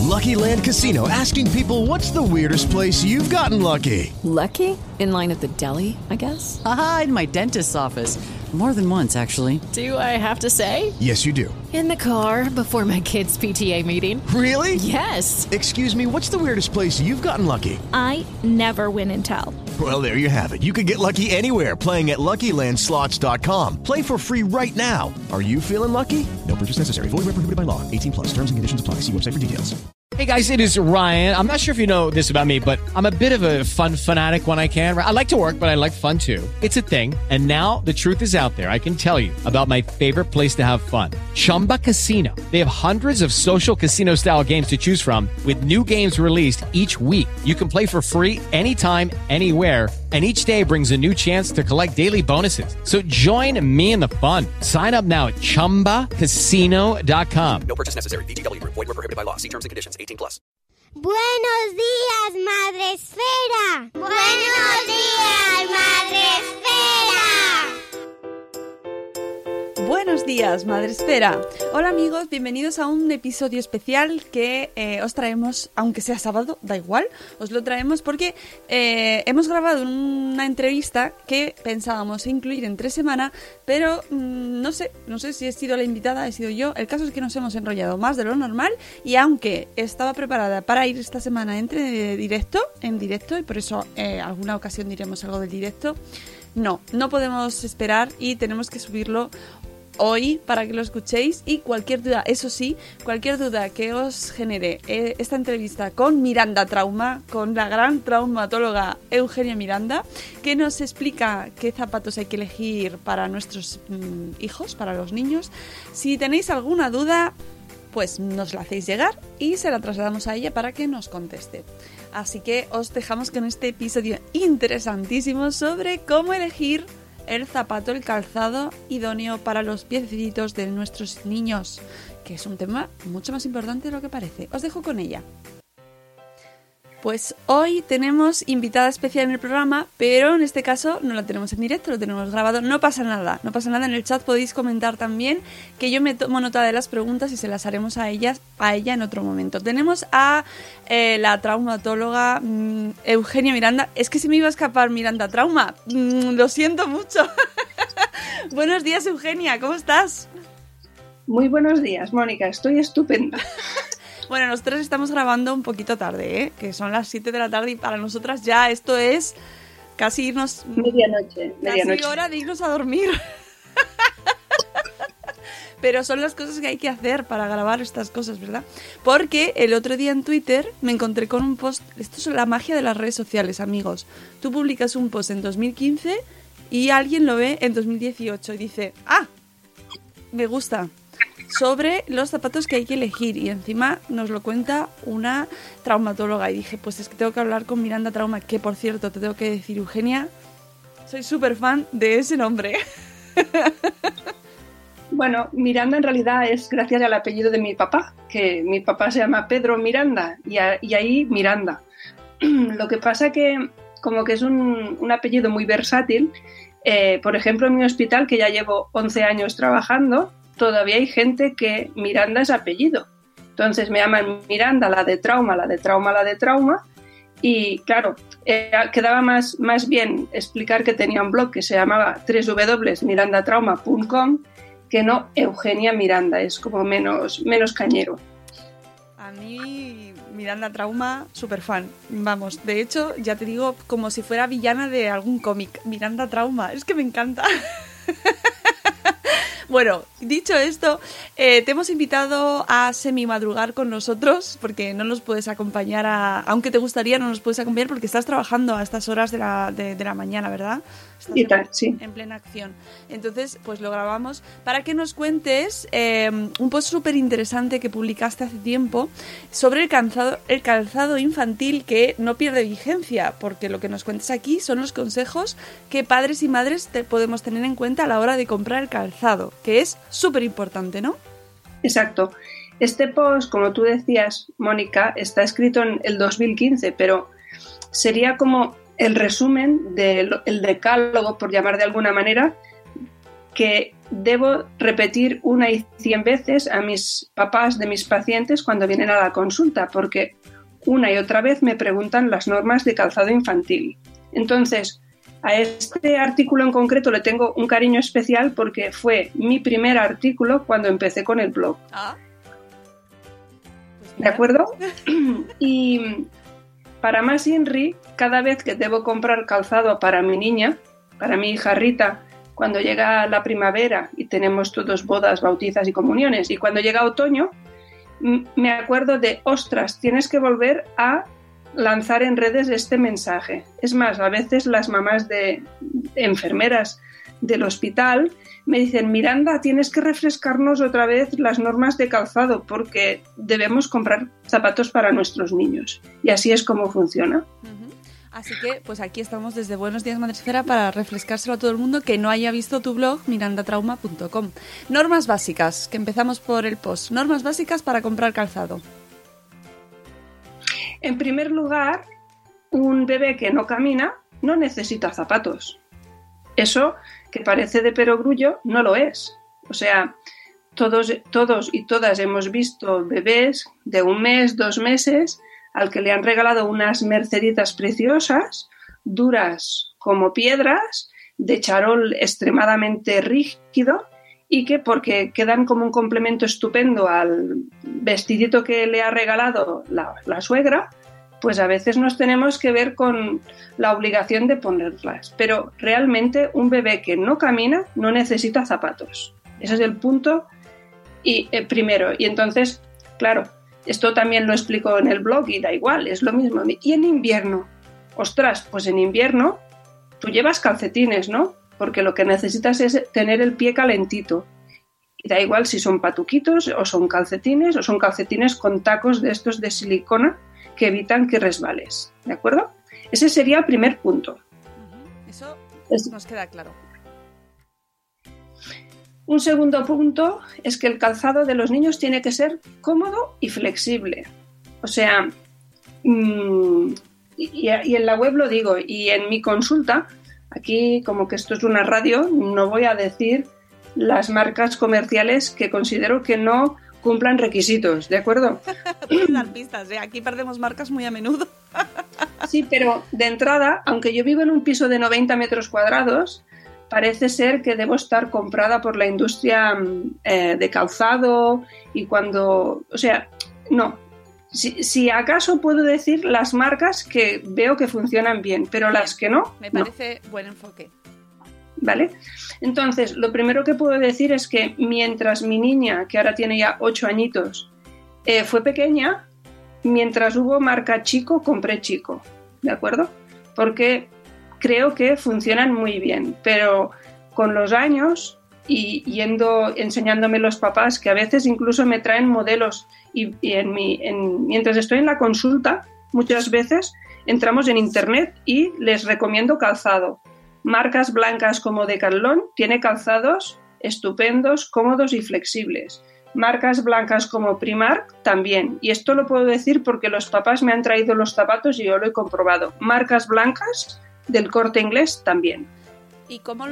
Lucky Land Casino, asking people, what's the weirdest place you've gotten lucky? Lucky? In line at the deli, I guess? Aha, in my dentist's office. More than once, actually. Do I have to say? Yes, you do. In the car before my kids' PTA meeting. Really? Yes. Excuse me, what's the weirdest place you've gotten lucky? I never win and tell. Well, there you have it. You can get lucky anywhere, playing at LuckyLandSlots.com. Play for free right now. Are you feeling lucky? No purchase necessary. Void where prohibited by law. 18 plus. Terms and conditions apply. See website for details. Hey guys, it is Ryan. I'm not sure if you know this about me, but I'm a bit of a fun fanatic when I can. I like to work, but I like fun too. It's a thing. And now the truth is out there. I can tell you about my favorite place to have fun. Chumba Casino. They have hundreds of social casino style games to choose from with new games released each week. You can play for free anytime, anywhere. And each day brings a new chance to collect daily bonuses. So join me in the fun. Sign up now at ChumbaCasino.com. No purchase necessary. VGW Group. Void where prohibited by law. See terms and conditions. 18 plus. Buenos días, Madre Esfera. Buenos días, Madre Esfera. Buenos días, Madre Esfera. Hola amigos, bienvenidos a un episodio especial que os traemos, aunque sea sábado, da igual, os lo traemos porque hemos grabado una entrevista que pensábamos incluir entre semana, pero no sé si he sido la invitada, he sido yo. El caso es que nos hemos enrollado más de lo normal y aunque estaba preparada para ir esta semana en directo, y por eso alguna ocasión diremos algo del directo, no podemos esperar y tenemos que subirlo hoy para que lo escuchéis. Y cualquier duda, eso sí, cualquier duda que os genere esta entrevista con Miranda Trauma, con la gran traumatóloga Eugenia Miranda, que nos explica qué zapatos hay que elegir para nuestros hijos, para los niños. Si tenéis alguna duda, pues nos la hacéis llegar y se la trasladamos a ella para que nos conteste. Así que os dejamos con este episodio interesantísimo sobre cómo elegir el zapato, el calzado idóneo para los piecitos de nuestros niños, que es un tema mucho más importante de lo que parece. Os dejo con ella. Pues hoy tenemos invitada especial en el programa, pero en este caso no la tenemos en directo, lo tenemos grabado. No pasa nada, en el chat podéis comentar también, que yo me tomo nota de las preguntas y se las haremos a ella en otro momento. Tenemos a la traumatóloga Eugenia Miranda. Es que se me iba a escapar Miranda Trauma, lo siento mucho. Buenos días, Eugenia, ¿cómo estás? Muy buenos días, Mónica, estoy estupenda. Bueno, nosotros estamos grabando un poquito tarde, que son las 7 de la tarde y para nosotras ya esto es casi irnos... Medianoche. Casi hora de irnos a dormir. Pero son las cosas que hay que hacer para grabar estas cosas, ¿verdad? Porque el otro día en Twitter me encontré con un post... Esto es la magia de las redes sociales, amigos. Tú publicas un post en 2015 y alguien lo ve en 2018 y dice, ¡ah! Me gusta. Sobre los zapatos que hay que elegir y encima nos lo cuenta una traumatóloga y dije, pues es que tengo que hablar con Miranda Trauma, que por cierto te tengo que decir, Eugenia, soy súper fan de ese nombre. Bueno, Miranda en realidad es gracias al apellido de mi papá, que mi papá se llama Pedro Miranda y ahí Miranda. Lo que pasa que como que es un apellido muy versátil, por ejemplo en mi hospital, que ya llevo 11 años trabajando, todavía hay gente que Miranda es apellido. Entonces me llaman Miranda, la de trauma. Y claro, quedaba más bien explicar que tenía un blog que se llamaba www.mirandatrauma.com que no Eugenia Miranda. Es como menos cañero. A mí Miranda Trauma, súper fan. Vamos, de hecho, ya te digo, como si fuera villana de algún cómic. Miranda Trauma, es que me encanta. Bueno, dicho esto, te hemos invitado a semi-madrugar con nosotros porque no nos puedes acompañar aunque te gustaría, no nos puedes acompañar porque estás trabajando a estas horas de la mañana, ¿verdad? Estás sí. En plena acción. Entonces, pues lo grabamos para que nos cuentes un post súper interesante que publicaste hace tiempo sobre el calzado infantil que no pierde vigencia, porque lo que nos cuentas aquí son los consejos que padres y madres podemos tener en cuenta a la hora de comprar el calzado, que es súper importante, ¿no? Exacto. Este post, como tú decías, Mónica, está escrito en el 2015, pero sería como el resumen del decálogo, por llamar de alguna manera, que debo repetir 1 y 100 veces a mis papás de mis pacientes cuando vienen a la consulta, porque una y otra vez me preguntan las normas de calzado infantil. Entonces, a este artículo en concreto le tengo un cariño especial porque fue mi primer artículo cuando empecé con el blog. ¿De acuerdo? Y para más INRI, cada vez que debo comprar calzado para mi niña, para mi hija Rita, cuando llega la primavera y tenemos todos bodas, bautizas y comuniones, y cuando llega otoño, me acuerdo de, ostras, tienes que volver a lanzar en redes este mensaje. Es más, a veces las mamás de enfermeras del hospital me dicen, Miranda, tienes que refrescarnos otra vez las normas de calzado porque debemos comprar zapatos para nuestros niños. Y así es como funciona. Así que, pues aquí estamos desde Buenos Días Madresfera para refrescárselo a todo el mundo que no haya visto tu blog, mirandatrauma.com. Normas básicas, que empezamos por el post. Normas básicas para comprar calzado. En primer lugar, un bebé que no camina no necesita zapatos. Eso, que parece de perogrullo, no lo es. O sea, todos y todas hemos visto bebés de 1 mes, 2 meses, al que le han regalado unas merceditas preciosas, duras como piedras, de charol extremadamente rígido, y que porque quedan como un complemento estupendo al vestidito que le ha regalado la suegra, pues a veces nos tenemos que ver con la obligación de ponerlas. Pero realmente un bebé que no camina no necesita zapatos. Ese es el punto primero. Y entonces, claro, esto también lo explico en el blog y da igual, es lo mismo. Y en invierno, ostras, pues en invierno tú llevas calcetines, ¿no? Porque lo que necesitas es tener el pie calentito. Y da igual si son patuquitos o son calcetines con tacos de estos de silicona que evitan que resbales. ¿De acuerdo? Ese sería el primer punto. Eso nos queda claro. Un segundo punto es que el calzado de los niños tiene que ser cómodo y flexible. O sea, y en la web lo digo, y en mi consulta, aquí como que esto es una radio, no voy a decir las marcas comerciales que considero que no cumplan requisitos, ¿de acuerdo? Puedes dar pistas, ¿eh? Aquí perdemos marcas muy a menudo. Sí, pero de entrada, aunque yo vivo en un piso de 90 metros cuadrados, parece ser que debo estar comprada por la industria de calzado y cuando... O sea, no. Si acaso puedo decir las marcas que veo que funcionan bien, pero las que no... Me parece buen enfoque. ¿Vale? Entonces, lo primero que puedo decir es que mientras mi niña, que ahora tiene ya 8 añitos, fue pequeña, mientras hubo marca chico, compré chico, ¿de acuerdo? Porque creo que funcionan muy bien, pero con los años y enseñándome los papás, que a veces incluso me traen modelos y mientras estoy en la consulta, muchas veces entramos en internet y les recomiendo calzado. Marcas blancas como Decathlon tiene calzados estupendos, cómodos y flexibles. Marcas blancas como Primark también. Y esto lo puedo decir porque los papás me han traído los zapatos y yo lo he comprobado. Marcas blancas del Corte Inglés también. ¿Y cómo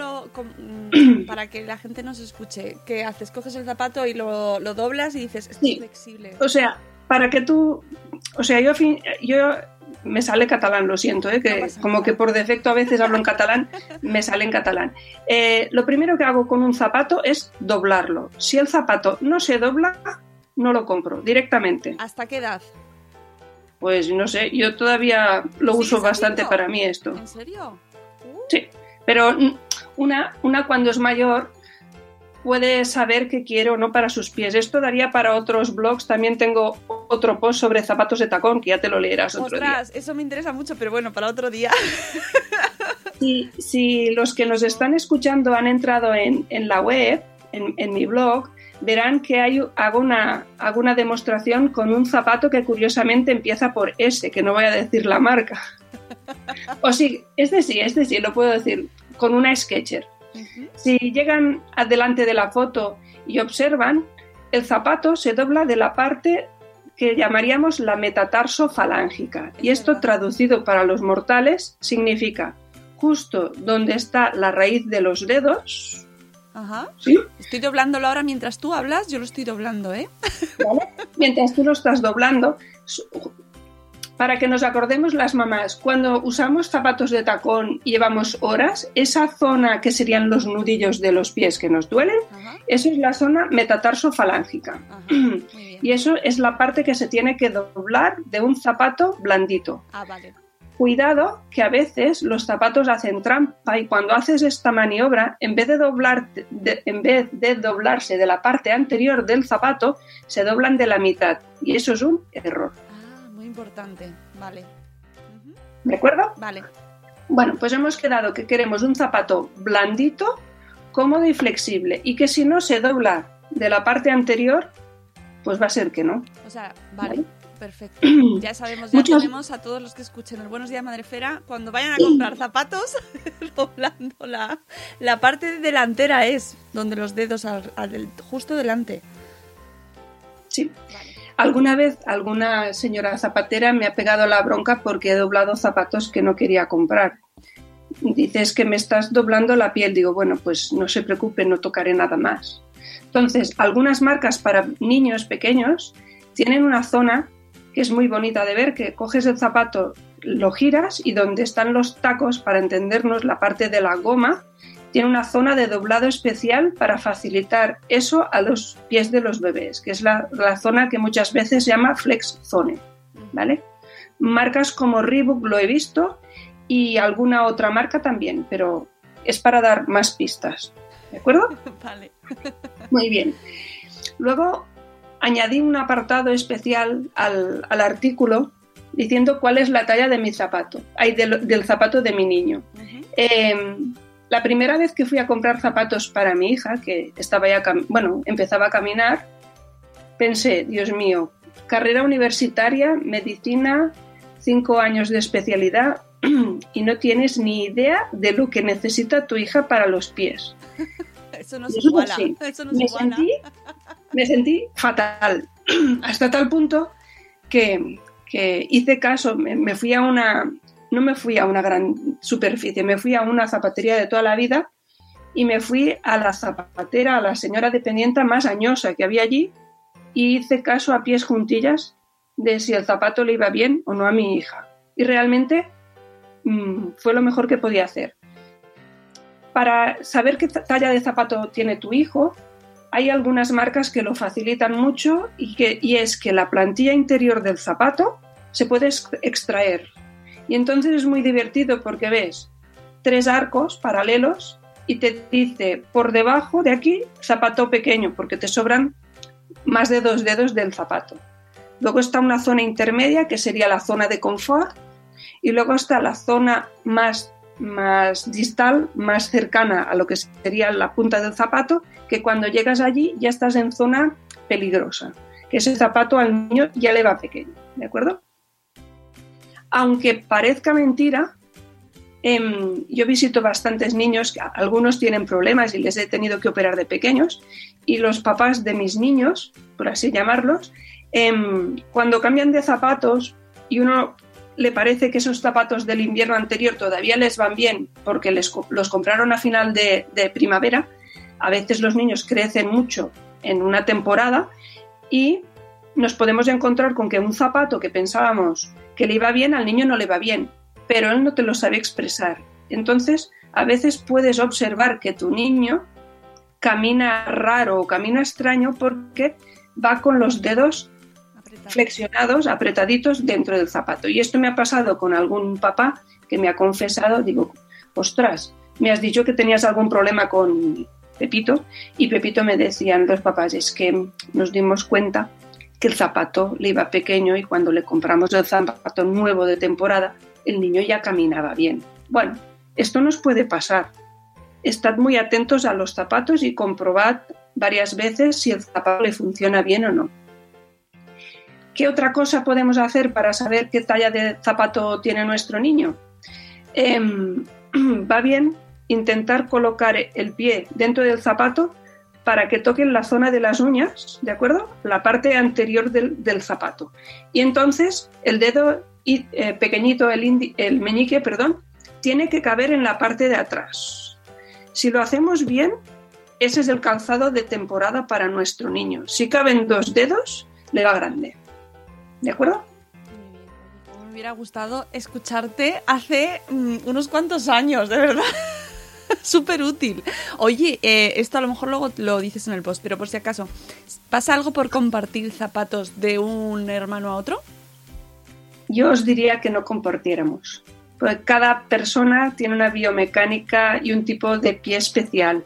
para que la gente nos escuche? ¿Qué haces? Coges el zapato y lo doblas y dices, esto es flexible. O sea, para que tú... O sea, yo me sale catalán, lo siento, que como que por defecto a veces hablo en catalán, me sale en catalán. Lo primero que hago con un zapato es doblarlo. Si el zapato no se dobla, no lo compro directamente. ¿Hasta qué edad? Pues no sé, yo todavía lo uso bastante para mí esto. ¿En serio? Sí, pero una cuando es mayor puede saber qué quiere o no para sus pies. Esto daría para otros blogs. También tengo otro post sobre zapatos de tacón, que ya te lo leerás otro día. Eso me interesa mucho, pero bueno, para otro día. Si los que nos están escuchando han entrado en la web, en mi blog, verán que hago una demostración con un zapato que curiosamente empieza por S, que no voy a decir la marca. O sí, este sí, lo puedo decir, con una Skechers. Si llegan adelante de la foto y observan, el zapato se dobla de la parte que llamaríamos la metatarso falángica. Y esto, traducido para los mortales, significa justo donde está la raíz de los dedos, Ajá. ¿Sí? Estoy doblándolo ahora mientras tú hablas, yo lo estoy doblando, ¿eh? ¿Vale? Mientras tú lo estás doblando, para que nos acordemos las mamás, cuando usamos zapatos de tacón y llevamos horas, esa zona que serían los nudillos de los pies que nos duelen, eso es la zona metatarsofalángica. Y eso es la parte que se tiene que doblar de un zapato blandito. Vale. Cuidado, que a veces los zapatos hacen trampa y cuando haces esta maniobra, en vez de doblarse de la parte anterior del zapato, se doblan de la mitad. Y eso es un error. Muy importante, vale. ¿De acuerdo? Vale. Bueno, pues hemos quedado que queremos un zapato blandito, cómodo y flexible. Y que si no se dobla de la parte anterior, pues va a ser que no. O sea, vale. Perfecto. Ya sabemos, ya tenemos a todos los que escuchen el Buenos Días Madrefera, cuando vayan a comprar zapatos, doblando la parte delantera es donde los dedos justo delante. Sí. Vale. Alguna vez alguna señora zapatera me ha pegado la bronca porque he doblado zapatos que no quería comprar. Dice, es que me estás doblando la piel. Digo, bueno, pues no se preocupe, no tocaré nada más. Entonces, algunas marcas para niños pequeños tienen una zona que es muy bonita de ver, que coges el zapato, lo giras y donde están los tacos, para entendernos, la parte de la goma, tiene una zona de doblado especial para facilitar eso a los pies de los bebés, que es la zona que muchas veces se llama flex zone, ¿vale? Marcas como Reebok lo he visto y alguna otra marca también, pero es para dar más pistas, ¿de acuerdo? Vale. Muy bien. Luego añadí un apartado especial al artículo diciendo cuál es la talla de mi zapato, del zapato de mi niño. La primera vez que fui a comprar zapatos para mi hija, que empezaba a caminar, pensé, Dios mío, carrera universitaria, medicina, 5 años de especialidad y no tienes ni idea de lo que necesita tu hija para los pies. Eso no se iguala. Sí. Eso no se iguala. Me sentí fatal, hasta tal punto que hice caso, me fui a no me fui a una gran superficie, me fui a una zapatería de toda la vida y me fui a la zapatera, a la señora dependiente más añosa que había allí y hice caso a pies juntillas de si el zapato le iba bien o no a mi hija. Y realmente fue lo mejor que podía hacer. Para saber qué talla de zapato tiene tu hijo, hay algunas marcas que lo facilitan mucho y es que la plantilla interior del zapato se puede extraer. Y entonces es muy divertido porque ves 3 arcos paralelos y te dice por debajo de aquí zapato pequeño porque te sobran más de 2 dedos del zapato. Luego está una zona intermedia que sería la zona de confort y luego está la zona más distal, más cercana a lo que sería la punta del zapato, que cuando llegas allí ya estás en zona peligrosa, que ese zapato al niño ya le va pequeño, ¿de acuerdo? Aunque parezca mentira, yo visito bastantes niños, algunos tienen problemas y les he tenido que operar de pequeños, y los papás de mis niños, por así llamarlos, cuando cambian de zapatos y uno le parece que esos zapatos del invierno anterior todavía les van bien porque los compraron a final de primavera, a veces los niños crecen mucho en una temporada y nos podemos encontrar con que un zapato que pensábamos que le iba bien, al niño no le va bien, pero él no te lo sabe expresar. Entonces, a veces puedes observar que tu niño camina raro o camina extraño porque va con los dedos flexionados, apretaditos dentro del zapato. Y esto me ha pasado con algún papá que me ha confesado, digo, ostras, me has dicho que tenías algún problema con Pepito, y Pepito me decían los papás, es que nos dimos cuenta que el zapato le iba pequeño y cuando le compramos el zapato nuevo de temporada, el niño ya caminaba bien. Bueno, esto nos puede pasar. Estad muy atentos a los zapatos y comprobad varias veces si el zapato le funciona bien o no. ¿Qué otra cosa podemos hacer para saber qué talla de zapato tiene nuestro niño? Va bien intentar colocar el pie dentro del zapato para que toquen la zona de las uñas, ¿de acuerdo? La parte anterior del zapato. Y entonces el dedo pequeñito, el meñique, tiene que caber en la parte de atrás. Si lo hacemos bien, ese es el calzado de temporada para nuestro niño. Si caben 2 dedos, le va grande. ¿De acuerdo? Muy bien. Oye, me hubiera gustado escucharte hace unos cuantos años, de verdad. Súper útil. Oye, esto a lo mejor luego lo dices en el post, pero por si acaso, ¿pasa algo por compartir zapatos de un hermano a otro? Yo os diría que no compartiéramos. Porque cada persona tiene una biomecánica y un tipo de pie especial.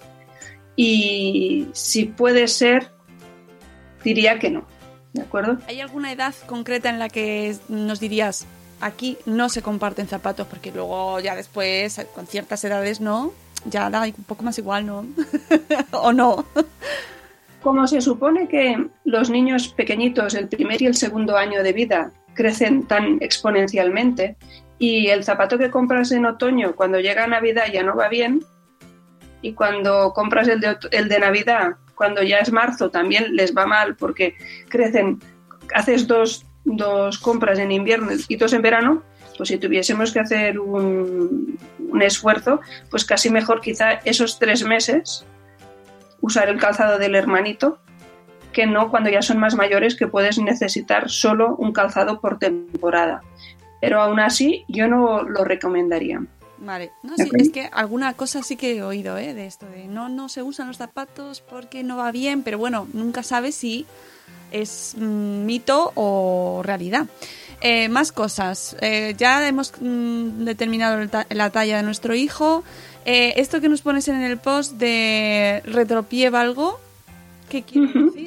Y si puede ser, diría que no. ¿De acuerdo? ¿Hay alguna edad concreta en la que nos dirías, aquí no se comparten zapatos? Porque luego ya después, con ciertas edades, no, ya da un poco más igual, ¿no? ¿O no? Como se supone que los niños pequeñitos, el primer y el segundo año de vida, crecen tan exponencialmente, y el zapato que compras en otoño, cuando llega Navidad, ya no va bien, y cuando compras el de Navidad, cuando ya es marzo, también les va mal porque crecen, haces dos compras en invierno y 2 en verano, pues si tuviésemos que hacer un esfuerzo, pues casi mejor quizá esos 3 meses usar el calzado del hermanito, que no cuando ya son más mayores, que puedes necesitar solo un calzado por temporada. Pero aún así yo no lo recomendaría. Vale, no, sí, es que alguna cosa sí que he oído, de esto, de no se usan los zapatos porque no va bien, pero bueno, nunca sabes si es mito o realidad. Más cosas, ya hemos determinado la talla de nuestro hijo. Esto que nos pones en el post de retropié valgo, ¿qué quiere decir?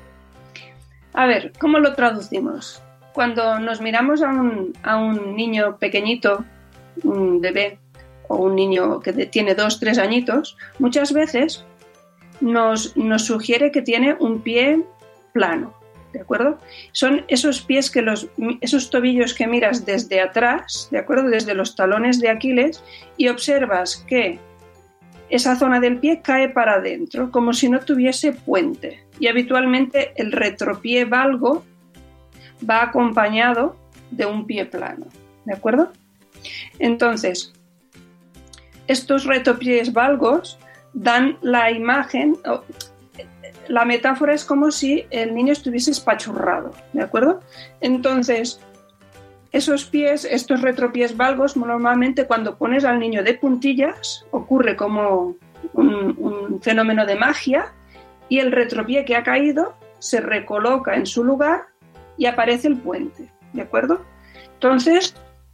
A ver, ¿cómo lo traducimos? Cuando nos miramos a un niño pequeñito, un bebé o un niño que tiene 2-3 añitos, muchas veces nos sugiere que tiene un pie plano, ¿de acuerdo? Son esos pies esos tobillos que miras desde atrás, ¿de acuerdo? Desde los talones de Aquiles, y observas que esa zona del pie cae para adentro, como si no tuviese puente. Y habitualmente el retropié valgo va acompañado de un pie plano, ¿de acuerdo? Entonces, estos retropiés valgos dan la imagen, la metáfora es como si el niño estuviese espachurrado, ¿de acuerdo? Entonces, esos pies, estos retropiés valgos, normalmente cuando pones al niño de puntillas, ocurre como un fenómeno de magia, y el retropié que ha caído se recoloca en su lugar y aparece el puente, ¿de acuerdo? Entonces,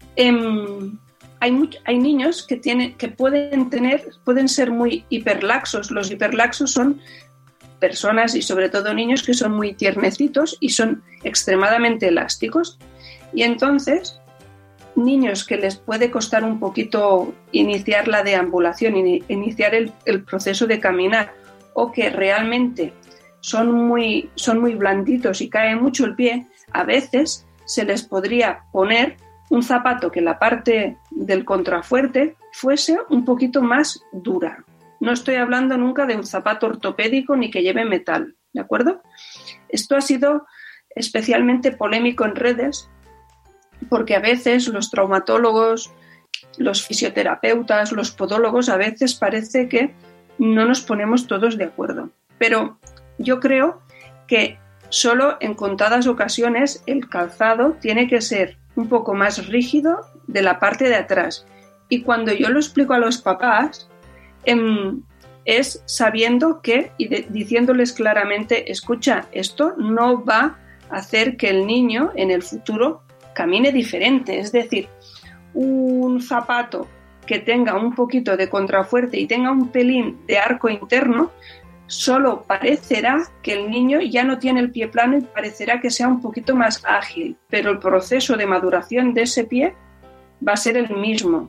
hay niños que pueden ser muy hiperlaxos. Los hiperlaxos son personas y sobre todo niños que son muy tiernecitos y son extremadamente elásticos. Y entonces, niños que les puede costar un poquito iniciar la deambulación, iniciar el proceso de caminar, o que realmente son muy blanditos y cae mucho el pie, a veces se les podría poner un zapato que la parte del contrafuerte fuese un poquito más dura. No estoy hablando nunca de un zapato ortopédico ni que lleve metal, ¿de acuerdo? Esto ha sido especialmente polémico en redes porque a veces los traumatólogos, los fisioterapeutas, los podólogos, a veces parece que no nos ponemos todos de acuerdo. Pero yo creo que solo en contadas ocasiones el calzado tiene que ser un poco más rígido de la parte de atrás. Y cuando yo lo explico a los papás, es sabiendo que, y diciéndoles claramente, escucha, esto no va a hacer que el niño en el futuro camine diferente. Es decir, un zapato que tenga un poquito de contrafuerte y tenga un pelín de arco interno, solo parecerá que el niño ya no tiene el pie plano y parecerá que sea un poquito más ágil, pero el proceso de maduración de ese pie va a ser el mismo.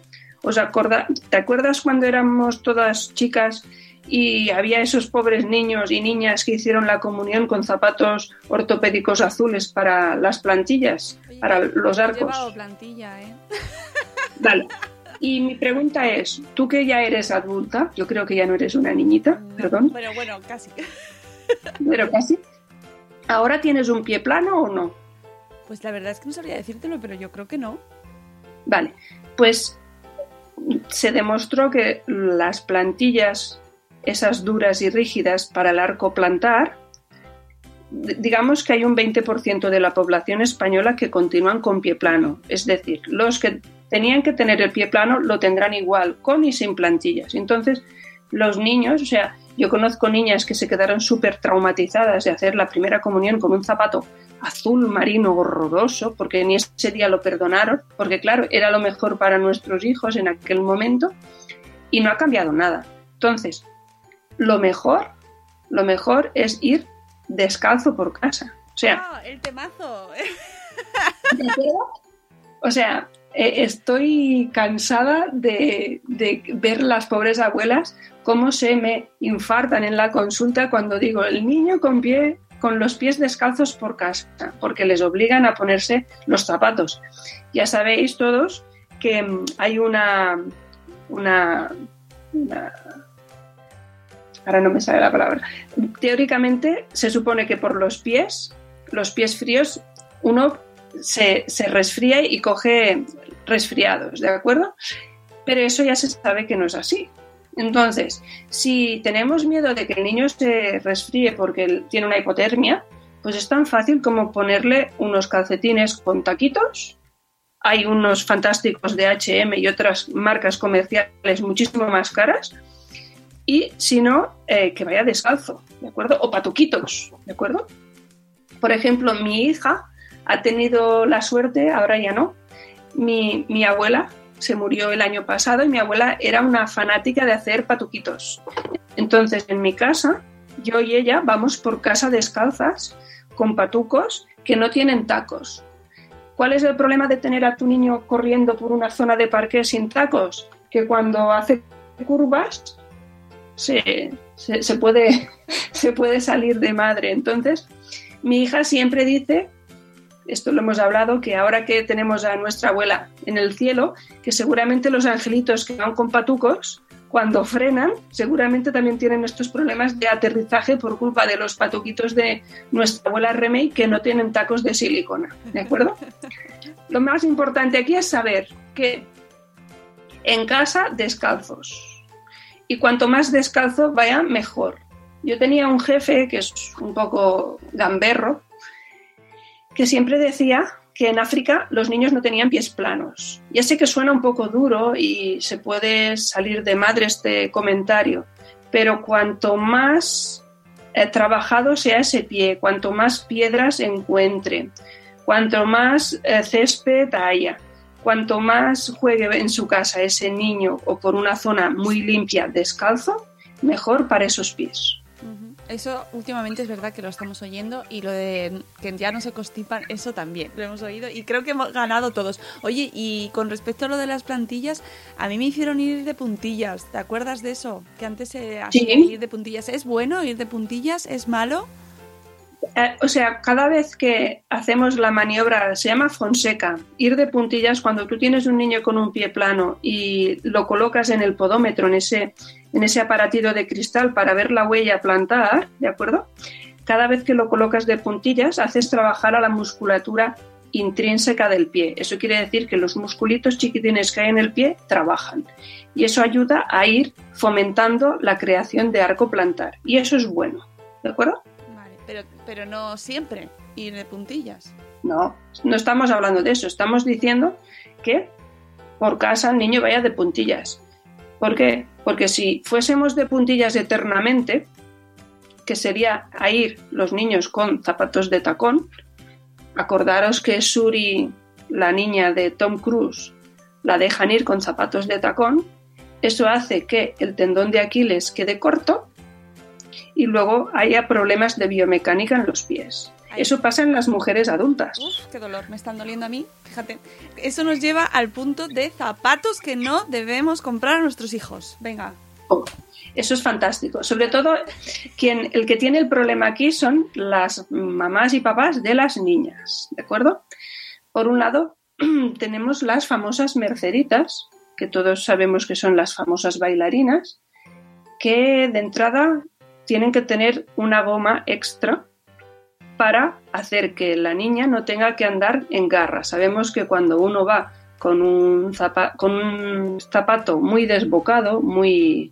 ¿Te acuerdas cuando éramos todas chicas y había esos pobres niños y niñas que hicieron la comunión con zapatos ortopédicos azules para las plantillas, para los arcos? He llevado plantilla, Vale. Y mi pregunta es, tú que ya eres adulta, yo creo que ya no eres una niñita, perdón. Pero bueno, casi. Pero casi. ¿Ahora tienes un pie plano o no? Pues la verdad es que no sabría decírtelo, pero yo creo que no. Vale, pues se demostró que las plantillas esas duras y rígidas para el arco plantar, digamos que hay un 20% de la población española que continúan con pie plano. Es decir, los que tenían que tener el pie plano lo tendrán igual, con y sin plantillas. Entonces, los niños, o sea, yo conozco niñas que se quedaron súper traumatizadas de hacer la primera comunión con un zapato azul marino horroroso, porque ni ese día lo perdonaron, porque claro, era lo mejor para nuestros hijos en aquel momento y no ha cambiado nada. Entonces, lo mejor es ir descalzo por casa. O sea, el temazo. O sea, estoy cansada de ver las pobres abuelas cómo se me infartan en la consulta cuando digo el niño con los pies descalzos por casa, porque les obligan a ponerse los zapatos. Ya sabéis todos que hay una ahora no me sale la palabra. Teóricamente se supone que por los pies fríos, uno se resfría y coge resfriados, ¿de acuerdo? Pero eso ya se sabe que no es así. Entonces, si tenemos miedo de que el niño se resfríe porque tiene una hipotermia, pues es tan fácil como ponerle unos calcetines con taquitos. Hay unos fantásticos de H&M y otras marcas comerciales muchísimo más caras. Y si no, que vaya descalzo, ¿de acuerdo? O patuquitos, ¿de acuerdo? Por ejemplo, mi hija ha tenido la suerte, ahora ya no, mi abuela se murió el año pasado y mi abuela era una fanática de hacer patuquitos. Entonces, en mi casa, yo y ella vamos por casa descalzas con patucos que no tienen tacos. ¿Cuál es el problema de tener a tu niño corriendo por una zona de parque sin tacos? Que cuando hace curvas se puede salir de madre. Entonces, mi hija siempre dice, esto lo hemos hablado, que ahora que tenemos a nuestra abuela en el cielo, que seguramente los angelitos que van con patucos, cuando frenan, seguramente también tienen estos problemas de aterrizaje por culpa de los patuquitos de nuestra abuela Remey, que no tienen tacos de silicona, ¿de acuerdo? Lo más importante aquí es saber que en casa descalzos, y cuanto más descalzo vaya, mejor. Yo tenía un jefe que es un poco gamberro, que siempre decía que en África los niños no tenían pies planos. Ya sé que suena un poco duro y se puede salir de madre este comentario, pero cuanto más trabajado sea ese pie, cuanto más piedras encuentre, cuanto más césped haya, cuanto más juegue en su casa ese niño o por una zona muy limpia descalzo, mejor para esos pies. Eso últimamente es verdad que lo estamos oyendo, y lo de que ya no se constipan, eso también lo hemos oído y creo que hemos ganado todos. Oye, y con respecto a lo de las plantillas, a mí me hicieron ir de puntillas. ¿Te acuerdas de eso? Que antes se hacía ir de puntillas. ¿Es bueno ir de puntillas? ¿Es malo? O sea, cada vez que hacemos la maniobra, se llama Fonseca, ir de puntillas, cuando tú tienes un niño con un pie plano y lo colocas en el podómetro, en ese aparatito de cristal para ver la huella plantar, ¿de acuerdo? Cada vez que lo colocas de puntillas, haces trabajar a la musculatura intrínseca del pie. Eso quiere decir que los musculitos chiquitines que hay en el pie trabajan. Y eso ayuda a ir fomentando la creación de arco plantar. Y eso es bueno, ¿de acuerdo? Pero no siempre ir de puntillas. No estamos hablando de eso. Estamos diciendo que por casa el niño vaya de puntillas. ¿Por qué? Porque si fuésemos de puntillas eternamente, que sería a ir los niños con zapatos de tacón, acordaros que Shuri, la niña de Tom Cruise, la dejan ir con zapatos de tacón. Eso hace que el tendón de Aquiles quede corto y luego haya problemas de biomecánica en los pies. Eso pasa en las mujeres adultas. Uf, qué dolor, me están doliendo a mí. Fíjate, eso nos lleva al punto de zapatos que no debemos comprar a nuestros hijos. Venga. Eso es fantástico. Sobre todo, el que tiene el problema aquí son las mamás y papás de las niñas, ¿de acuerdo? Por un lado, tenemos las famosas merceditas, que todos sabemos que son las famosas bailarinas, que de entrada tienen que tener una goma extra para hacer que la niña no tenga que andar en garra. Sabemos que cuando uno va con un zapato muy desbocado, muy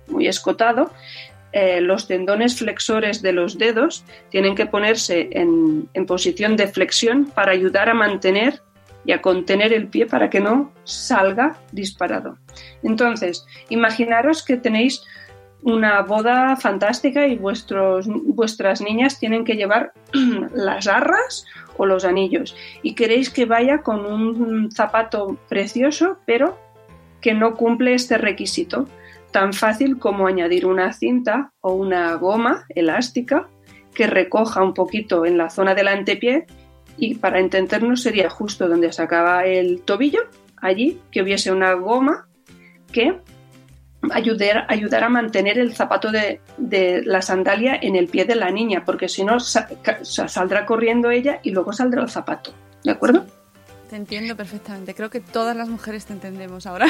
muy escotado, los tendones flexores de los dedos tienen que ponerse en posición de flexión para ayudar a mantener y a contener el pie para que no salga disparado. Entonces, imaginaros que tenéis una boda fantástica y vuestras niñas tienen que llevar las arras o los anillos y queréis que vaya con un zapato precioso, pero que no cumple este requisito. Tan fácil como añadir una cinta o una goma elástica que recoja un poquito en la zona del antepié y, para entendernos, sería justo donde se acaba el tobillo, allí que hubiese una goma que ayudar a mantener el zapato de la sandalia en el pie de la niña, porque si no saldrá corriendo ella y luego saldrá el zapato, ¿de acuerdo? Te entiendo perfectamente, creo que todas las mujeres te entendemos ahora.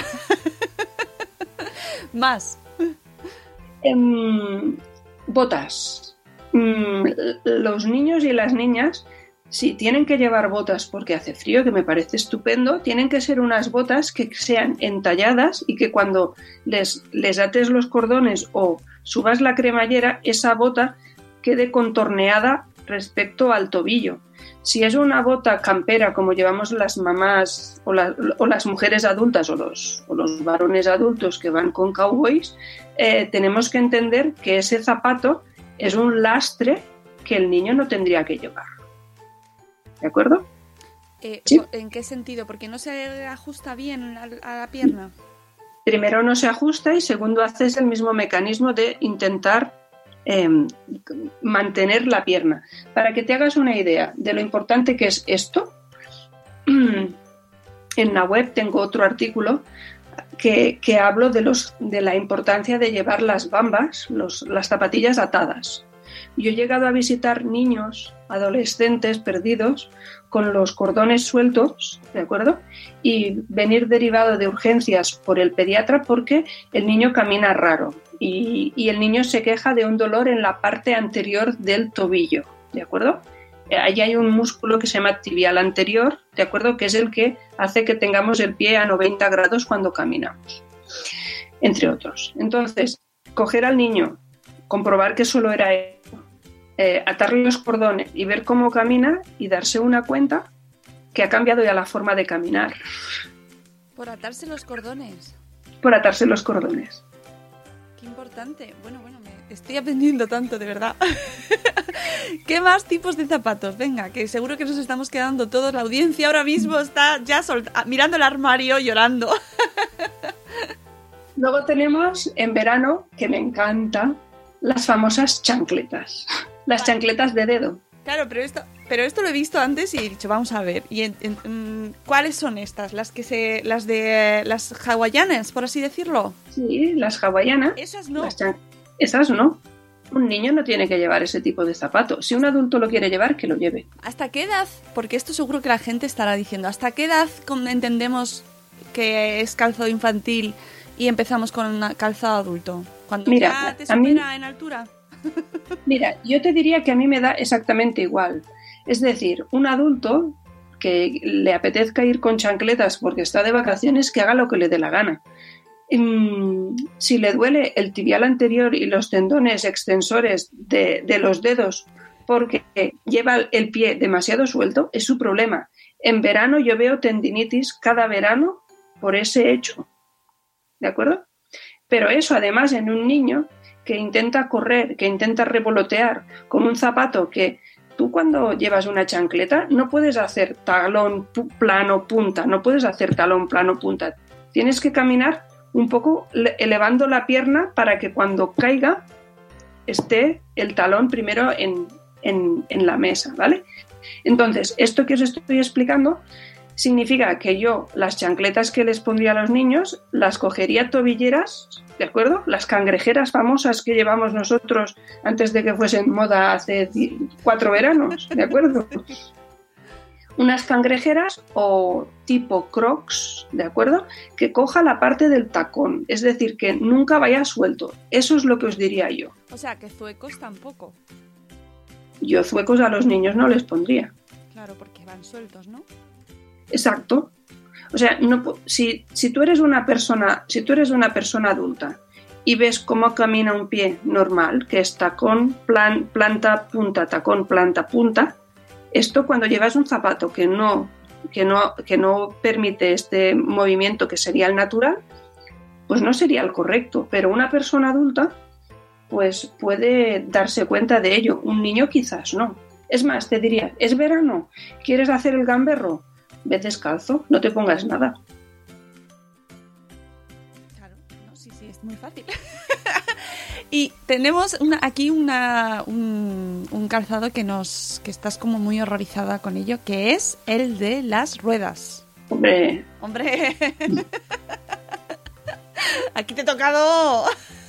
Más. Botas. Los niños y las niñas, si tienen que llevar botas porque hace frío, que me parece estupendo, tienen que ser unas botas que sean entalladas y que cuando les ates los cordones o subas la cremallera, esa bota quede contorneada respecto al tobillo. Si es una bota campera como llevamos las mamás o las mujeres adultas o los varones adultos que van con cowboys, tenemos que entender que ese zapato es un lastre que el niño no tendría que llevar. ¿De acuerdo? ¿Sí? ¿En qué sentido? Porque no se ajusta bien a la pierna. Primero no se ajusta y segundo haces el mismo mecanismo de intentar mantener la pierna. Para que te hagas una idea de lo importante que es esto, en la web tengo otro artículo que hablo de la importancia de llevar las bambas, las zapatillas atadas. Yo he llegado a visitar niños, adolescentes perdidos, con los cordones sueltos, ¿de acuerdo? Y venir derivado de urgencias por el pediatra porque el niño camina raro y el niño se queja de un dolor en la parte anterior del tobillo, ¿de acuerdo? Allí hay un músculo que se llama tibial anterior, ¿de acuerdo? Que es el que hace que tengamos el pie a 90 grados cuando caminamos, entre otros. Entonces, coger al niño, comprobar que solo era él, atarle los cordones y ver cómo camina y darse una cuenta que ha cambiado ya la forma de caminar. Por atarse los cordones. Por atarse los cordones. Qué importante. Bueno, me estoy aprendiendo tanto, de verdad. ¿Qué más tipos de zapatos? Venga, que seguro que nos estamos quedando todos. La audiencia ahora mismo está ya mirando el armario llorando. Luego tenemos en verano, que me encanta, las famosas chancletas. Las chancletas de dedo. Claro, pero esto lo he visto antes y he dicho, vamos a ver. ¿Y cuáles son estas? Las de las hawaianas, por así decirlo. Sí, las hawaianas. Esas no. Esas no. Un niño no tiene que llevar ese tipo de zapato. Si un adulto lo quiere llevar, que lo lleve. ¿Hasta qué edad? Porque esto seguro que la gente estará diciendo. ¿Hasta qué edad entendemos que es calzado infantil y empezamos con calzado adulto? Cuando ya te supera en altura. Mira, yo te diría que a mí me da exactamente igual. Es decir, un adulto que le apetezca ir con chancletas porque está de vacaciones, que haga lo que le dé la gana. Si le duele el tibial anterior y los tendones extensores de los dedos porque lleva el pie demasiado suelto, es su problema. En verano yo veo tendinitis cada verano por ese hecho. ¿De acuerdo? Pero eso, además, en un niño que intenta correr, que intenta revolotear con un zapato que tú, cuando llevas una chancleta, no puedes hacer talón plano punta, no puedes hacer talón plano punta. Tienes que caminar un poco elevando la pierna para que cuando caiga esté el talón primero en la mesa, ¿vale? Entonces, esto que os estoy explicando significa que yo las chancletas que les pondría a los niños las cogería tobilleras, ¿de acuerdo? Las cangrejeras famosas que llevamos nosotros antes de que fuesen moda hace 4 veranos, ¿de acuerdo? Unas cangrejeras o tipo crocs, ¿de acuerdo? Que coja la parte del tacón, es decir, que nunca vaya suelto. Eso es lo que os diría yo. O sea, que zuecos tampoco. Yo zuecos a los niños no les pondría. Claro, porque van sueltos, ¿no? Exacto. O sea, si tú eres una persona adulta y ves cómo camina un pie normal, que es tacón, planta, punta, tacón, planta, punta. Esto cuando llevas un zapato que no permite este movimiento que sería el natural, pues no sería el correcto. Pero una persona adulta pues puede darse cuenta de ello. Un niño quizás no. Es más, te diría, es verano, ¿quieres hacer el gamberro? Ve descalzo, no te pongas nada. Claro, no, sí, es muy fácil. Y tenemos aquí un calzado que estás como muy horrorizada con ello, que es el de las ruedas. ¡Hombre! Aquí te he tocado.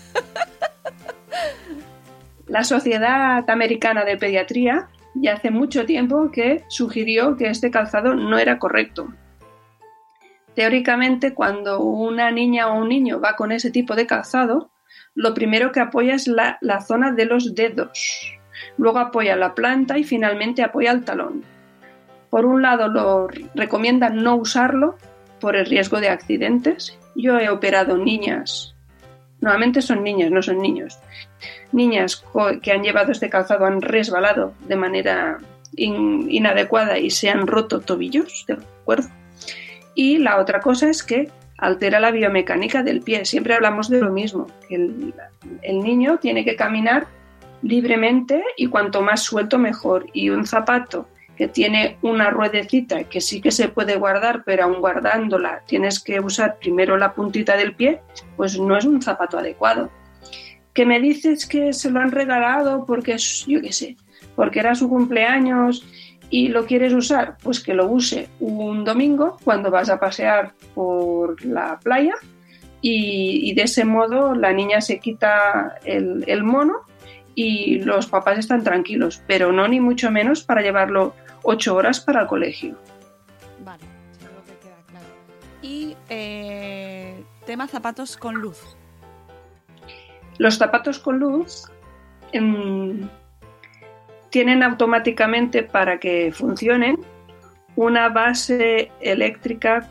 La Sociedad Americana de Pediatría ya hace mucho tiempo que sugirió que este calzado no era correcto. Teóricamente, cuando una niña o un niño va con ese tipo de calzado, lo primero que apoya es la zona de los dedos. Luego apoya la planta y finalmente apoya el talón. Por un lado, lo recomiendan no usarlo por el riesgo de accidentes. Yo he operado niñas, normalmente son niñas, no son niños. Niñas que han llevado este calzado han resbalado de manera inadecuada y se han roto tobillos, ¿de acuerdo? Y la otra cosa es que altera la biomecánica del pie. Siempre hablamos de lo mismo, que el niño tiene que caminar libremente y cuanto más suelto mejor. Y un zapato que tiene una ruedecita que sí que se puede guardar, pero aun guardándola tienes que usar primero la puntita del pie, pues no es un zapato adecuado. ¿Que me dices que se lo han regalado porque, yo qué sé, porque era su cumpleaños y lo quieres usar? Pues que lo use un domingo cuando vas a pasear por la playa y de ese modo la niña se quita el mono y los papás están tranquilos, pero no ni mucho menos para llevarlo 8 horas para el colegio. Vale, seguro que queda claro. Y tema zapatos con luz. Los zapatos con luz tienen automáticamente, para que funcionen, una base eléctrica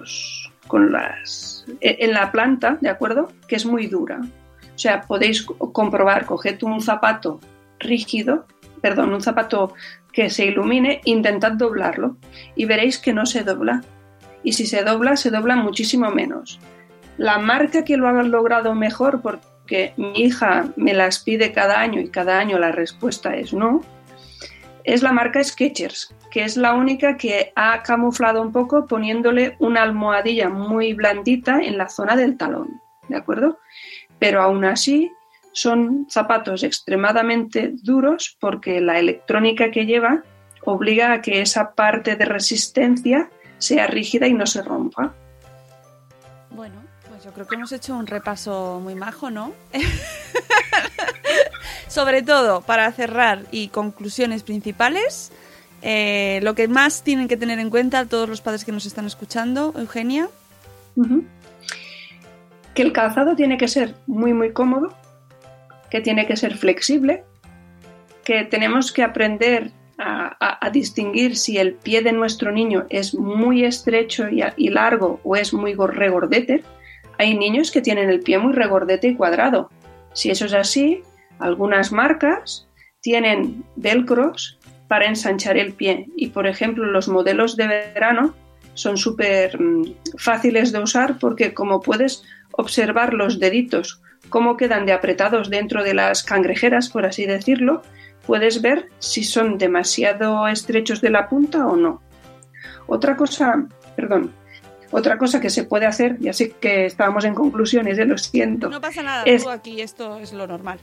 en la planta, ¿de acuerdo? Que es muy dura. O sea, podéis comprobar, coged un zapato un zapato que se ilumine, intentad doblarlo y veréis que no se dobla. Y si se dobla muchísimo menos. La marca que lo ha logrado mejor, porque mi hija me las pide cada año y cada año la respuesta es no, es la marca Skechers, que es la única que ha camuflado un poco poniéndole una almohadilla muy blandita en la zona del talón, ¿de acuerdo? Pero aún así son zapatos extremadamente duros porque la electrónica que lleva obliga a que esa parte de resistencia sea rígida y no se rompa. Bueno, pues yo creo que hemos hecho un repaso muy majo, ¿no? Sobre todo, para cerrar y conclusiones principales, lo que más tienen que tener en cuenta todos los padres que nos están escuchando, Eugenia. Uh-huh. Que el calzado tiene que ser muy, muy cómodo, que tiene que ser flexible, que tenemos que aprender a distinguir si el pie de nuestro niño es muy estrecho y largo o es muy regordete. Hay niños que tienen el pie muy regordete y cuadrado. Si eso es así, algunas marcas tienen velcros para ensanchar el pie y, por ejemplo, los modelos de verano son súper fáciles de usar porque como puedes observar los deditos cómo quedan de apretados dentro de las cangrejeras, por así decirlo, puedes ver si son demasiado estrechos de la punta o no. Otra cosa que se puede hacer, ya sé que estábamos en conclusiones, lo siento. No pasa nada, tú aquí esto es lo normal.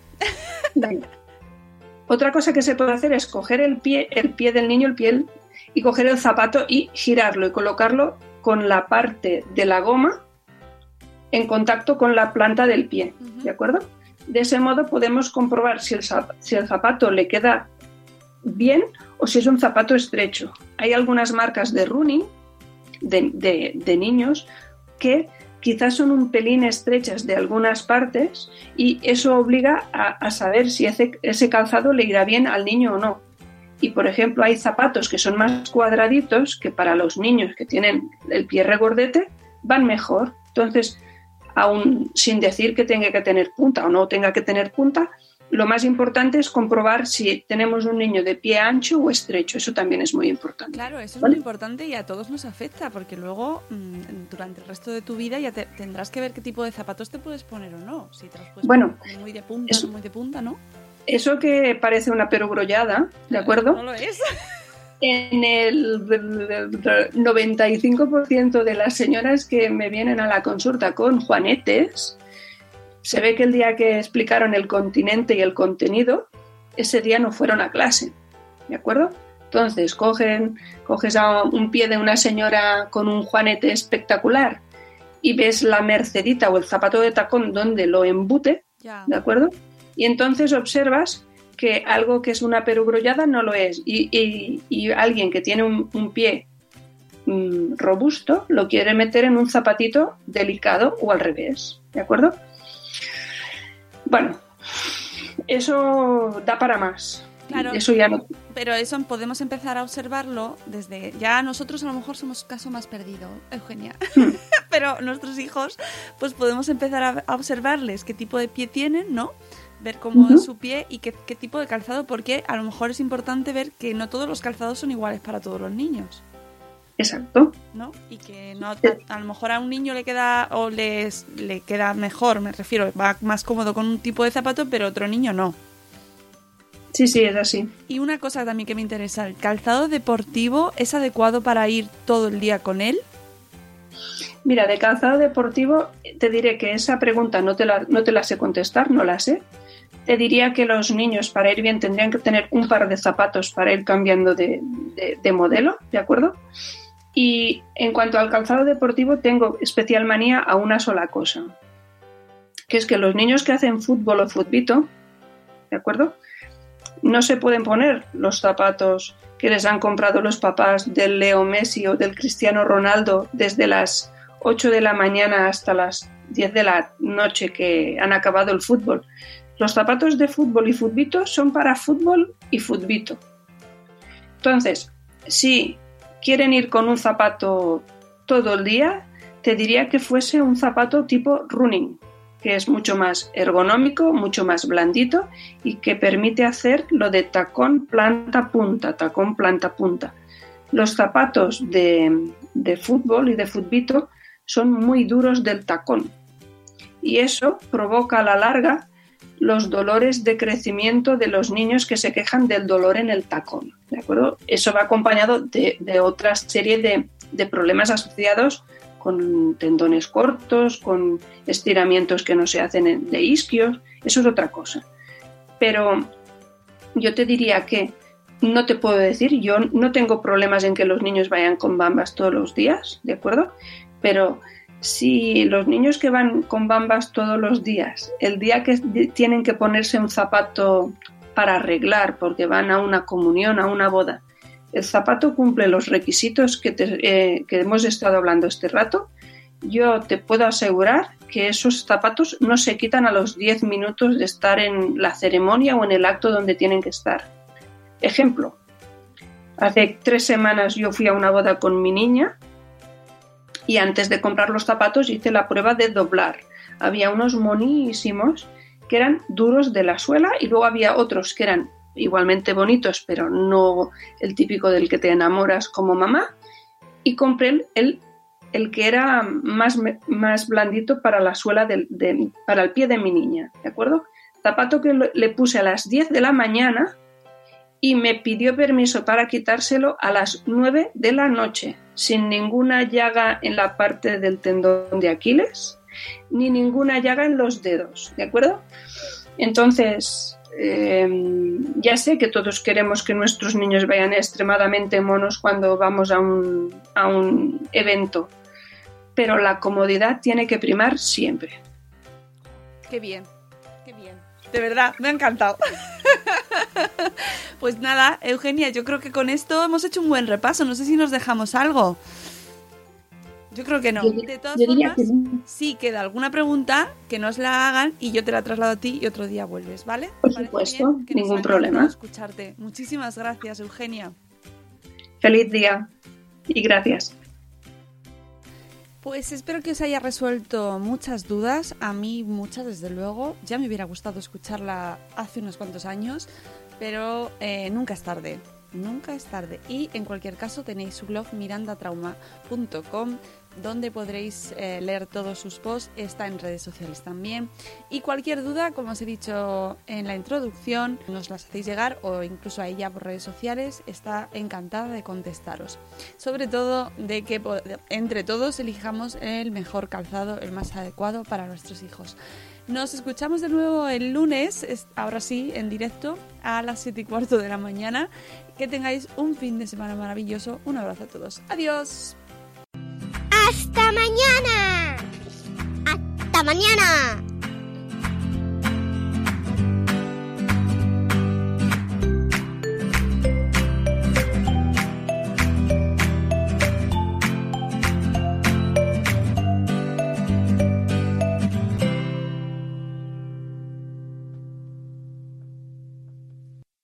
Otra cosa que se puede hacer es coger el pie del niño, y coger el zapato y girarlo y colocarlo con la parte de la goma en contacto con la planta del pie, ¿de acuerdo? De ese modo podemos comprobar si el zapato le queda bien o si es un zapato estrecho. Hay algunas marcas de running de niños que quizás son un pelín estrechas de algunas partes y eso obliga a saber si ese calzado le irá bien al niño o no. Y, por ejemplo, hay zapatos que son más cuadraditos que para los niños que tienen el pie regordete van mejor. Entonces, aún sin decir que tenga que tener punta o no tenga que tener punta. Lo más importante es comprobar si tenemos un niño de pie ancho o estrecho. Eso también es muy importante. Claro, eso ¿vale? es muy importante y a todos nos afecta, porque luego durante el resto de tu vida ya tendrás que ver qué tipo de zapatos te puedes poner o no. Si te los puedes Bueno, poner muy de punta, eso, muy de punta, ¿no? Eso que parece una perogrullada, ¿de acuerdo? No lo es. En el 95% de las señoras que me vienen a la consulta con juanetes, se ve que el día que explicaron el continente y el contenido, ese día no fueron a clase, ¿de acuerdo? Entonces, coges a un pie de una señora con un juanete espectacular y ves la mercedita o el zapato de tacón donde lo embute, Ya. ¿de acuerdo? Y entonces observas que algo que es una perogrullada no lo es. Y alguien que tiene un pie robusto lo quiere meter en un zapatito delicado o al revés, ¿de acuerdo? Bueno, eso da para más. Claro, Eso ya no. pero eso podemos empezar a observarlo desde... Ya nosotros a lo mejor somos caso más perdido, Eugenia. Pero nuestros hijos, pues podemos empezar a observarles qué tipo de pie tienen, ¿no? Ver cómo es su pie y qué tipo de calzado, porque a lo mejor es importante ver que no todos los calzados son iguales para todos los niños. Exacto. ¿No? Y que no, a lo mejor a un niño le queda o le queda mejor, me refiero, va más cómodo con un tipo de zapato, pero otro niño no. Sí, es así. Y una cosa también que me interesa, ¿el calzado deportivo es adecuado para ir todo el día con él? Mira, de calzado deportivo te diré que esa pregunta no te la sé contestar, no la sé. Te diría que los niños para ir bien tendrían que tener un par de zapatos para ir cambiando de modelo, ¿de acuerdo? Y en cuanto al calzado deportivo tengo especial manía a una sola cosa, que es que los niños que hacen fútbol o futbito, ¿de acuerdo?, no se pueden poner los zapatos que les han comprado los papás del Leo Messi o del Cristiano Ronaldo desde las 8 de la mañana hasta las 10 de la noche que han acabado el fútbol. Los zapatos de fútbol y futbito son para fútbol y futbito. Entonces, si quieren ir con un zapato todo el día, te diría que fuese un zapato tipo running, que es mucho más ergonómico, mucho más blandito y que permite hacer lo de tacón planta-punta, tacón planta-punta. Los zapatos de fútbol y de futbito son muy duros del tacón y eso provoca a la larga los dolores de crecimiento de los niños que se quejan del dolor en el tacón, ¿de acuerdo? Eso va acompañado de otra serie de problemas asociados con tendones cortos, con estiramientos que no se hacen de isquios, eso es otra cosa. Pero yo te diría que no te puedo decir, yo no tengo problemas en que los niños vayan con bambas todos los días, ¿de acuerdo? Pero si los niños que van con bambas todos los días, el día que tienen que ponerse un zapato para arreglar porque van a una comunión, a una boda, el zapato cumple los requisitos que hemos estado hablando este rato, yo te puedo asegurar que esos zapatos no se quitan a los 10 minutos de estar en la ceremonia o en el acto donde tienen que estar. Ejemplo, hace 3 semanas yo fui a una boda con mi niña y antes de comprar los zapatos hice la prueba de doblar. Había unos monísimos que eran duros de la suela y luego había otros que eran igualmente bonitos, pero no el típico del que te enamoras como mamá, y compré el que era más blandito para la suela para el pie de mi niña, ¿de acuerdo? Zapato que le puse a las 10 de la mañana y me pidió permiso para quitárselo a las 9 de la noche, sin ninguna llaga en la parte del tendón de Aquiles, ni ninguna llaga en los dedos, ¿de acuerdo? Entonces, ya sé que todos queremos que nuestros niños vayan extremadamente monos cuando vamos a un evento, pero la comodidad tiene que primar siempre. Qué bien, de verdad, me ha encantado. Pues nada, Eugenia, yo creo que con esto hemos hecho un buen repaso, no sé si nos dejamos algo. Yo creo que no. De todas formas, sí queda alguna pregunta, que nos la hagan y yo te la traslado a ti y otro día vuelves, ¿vale? Por supuesto, ningún problema. Escucharte. Muchísimas gracias, Eugenia. Feliz día y gracias. Pues espero que os haya resuelto muchas dudas. A mí muchas, desde luego. Ya me hubiera gustado escucharla hace unos cuantos años, pero nunca es tarde. Nunca es tarde. Y en cualquier caso tenéis su blog mirandatrauma.com, donde podréis leer todos sus posts. Está en redes sociales también. Y cualquier duda, como os he dicho en la introducción, nos las hacéis llegar o incluso a ella por redes sociales. Está encantada de contestaros. Sobre todo de que entre todos elijamos el mejor calzado, el más adecuado para nuestros hijos. Nos escuchamos de nuevo el lunes, ahora sí, en directo, a las 7:15 de la mañana. Que tengáis un fin de semana maravilloso. Un abrazo a todos. ¡Adiós! ¡Hasta mañana! ¡Hasta mañana!